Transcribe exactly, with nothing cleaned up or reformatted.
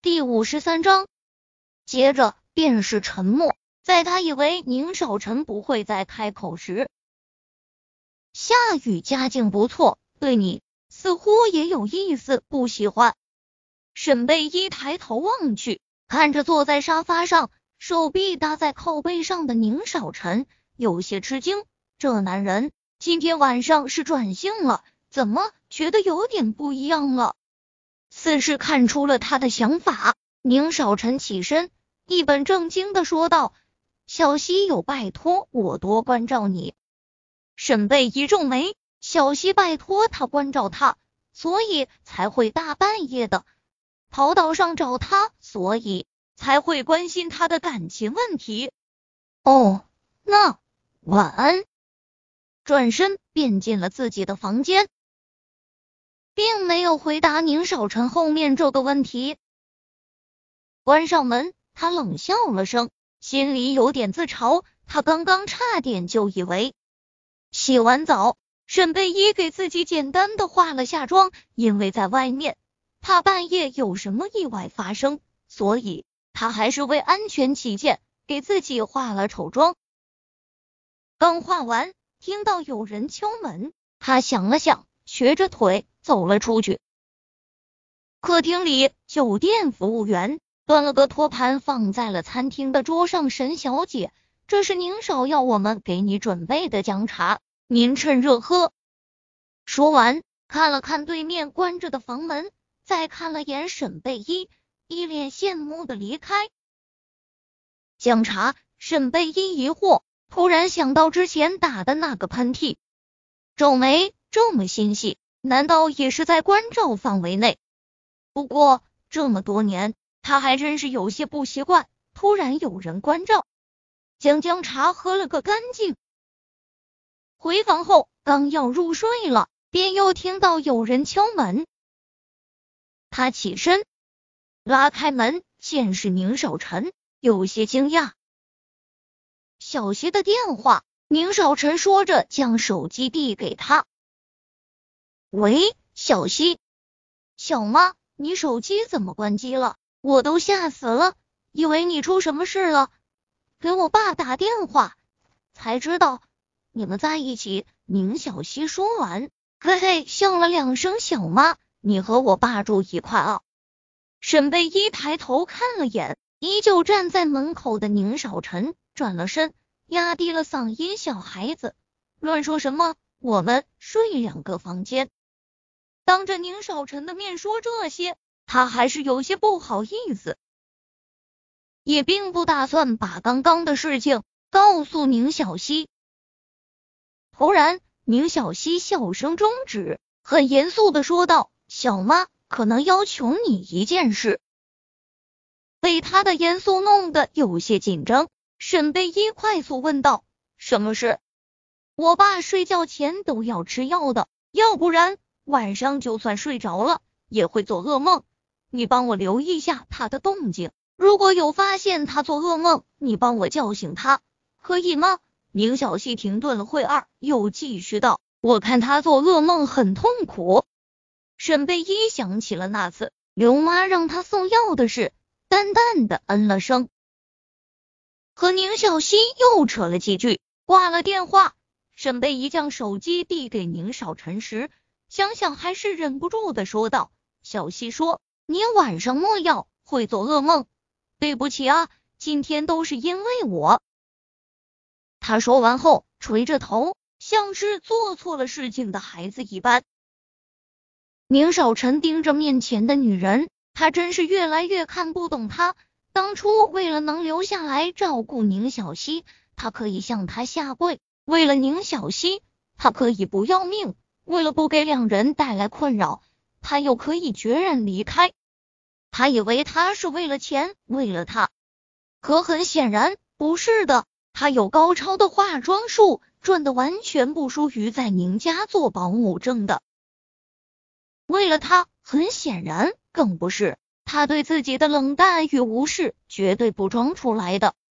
第五十三章。接着便是沉默，在他以为宁少臣不会再开口时，夏雨家境不错，对你似乎也有意思，不喜欢。沈贝依抬头望去，看着坐在沙发上，手臂搭在靠背上的宁少臣，有些吃惊。这男人今天晚上是转性了，怎么觉得有点不一样了？似是看出了他的想法，宁少臣起身，一本正经的说道：“小溪有拜托我多关照你。”沈贝一皱眉，小溪拜托他关照他，所以才会大半夜的跑岛上找他，所以才会关心他的感情问题。哦，那晚安。转身便进了自己的房间，并没有回答宁少臣后面这个问题。关上门，他冷笑了声，心里有点自嘲，他刚刚差点就以为洗完澡，沈贝依给自己简单的化了下妆，因为在外面怕半夜有什么意外发生，所以他还是为安全起见给自己化了丑妆。刚化完，听到有人敲门，他想了想，瘸着腿走了出去。客厅里，酒店服务员端了个托盘放在了餐厅的桌上。沈小姐，这是宁少要我们给你准备的姜茶，您趁热喝。说完，看了看对面关着的房门，再看了眼沈贝依，一脸羡慕的离开。姜茶，沈贝依疑惑，突然想到之前打的那个喷嚏，皱眉，这么心细，难道也是在关照范围内？不过这么多年，他还真是有些不习惯，突然有人关照，将姜茶喝了个干净。回房后，刚要入睡了，便又听到有人敲门。他起身拉开门，见是宁少臣，有些惊讶。小溪的电话，宁少臣说着将手机递给他。喂，小溪。小妈，你手机怎么关机了？我都吓死了，以为你出什么事了。给我爸打电话，才知道你们在一起。宁小溪说完，嘿嘿笑了两声。小妈，你和我爸住一块啊？沈贝依抬头看了眼依旧站在门口的宁少臣，转了身，压低了嗓音：小孩子，乱说什么？我们睡两个房间。当着宁少臣的面说这些，他还是有些不好意思，也并不打算把刚刚的事情告诉宁小溪。突然，宁小溪笑声终止，很严肃的说道：小妈，可能要求你一件事。被他的严肃弄得有些紧张，沈贝依快速问道：什么事？我爸睡觉前都要吃药的，要不然晚上就算睡着了也会做噩梦，你帮我留意一下他的动静，如果有发现他做噩梦，你帮我叫醒他，可以吗？宁小溪停顿了会儿，又继续道：我看他做噩梦很痛苦。沈贝依想起了那次刘妈让他送药的事，淡淡的嗯了声。和宁小溪又扯了几句，挂了电话。沈贝依将手机递给宁少臣时，想想还是忍不住的说道：小溪说你晚上摸药会做噩梦，对不起啊，今天都是因为我。他说完后垂着头，像是做错了事情的孩子一般。宁少臣盯着面前的女人，他真是越来越看不懂她。当初为了能留下来照顾宁小溪，他可以向她下跪，为了宁小溪，他可以不要命，为了不给两人带来困扰，他又可以决然离开。他以为他是为了钱，为了他，可很显然不是的。他有高超的化妆术，赚的完全不输于在宁家做保姆挣的。为了他，很显然更不是。他对自己的冷淡与无视绝对不装出来的。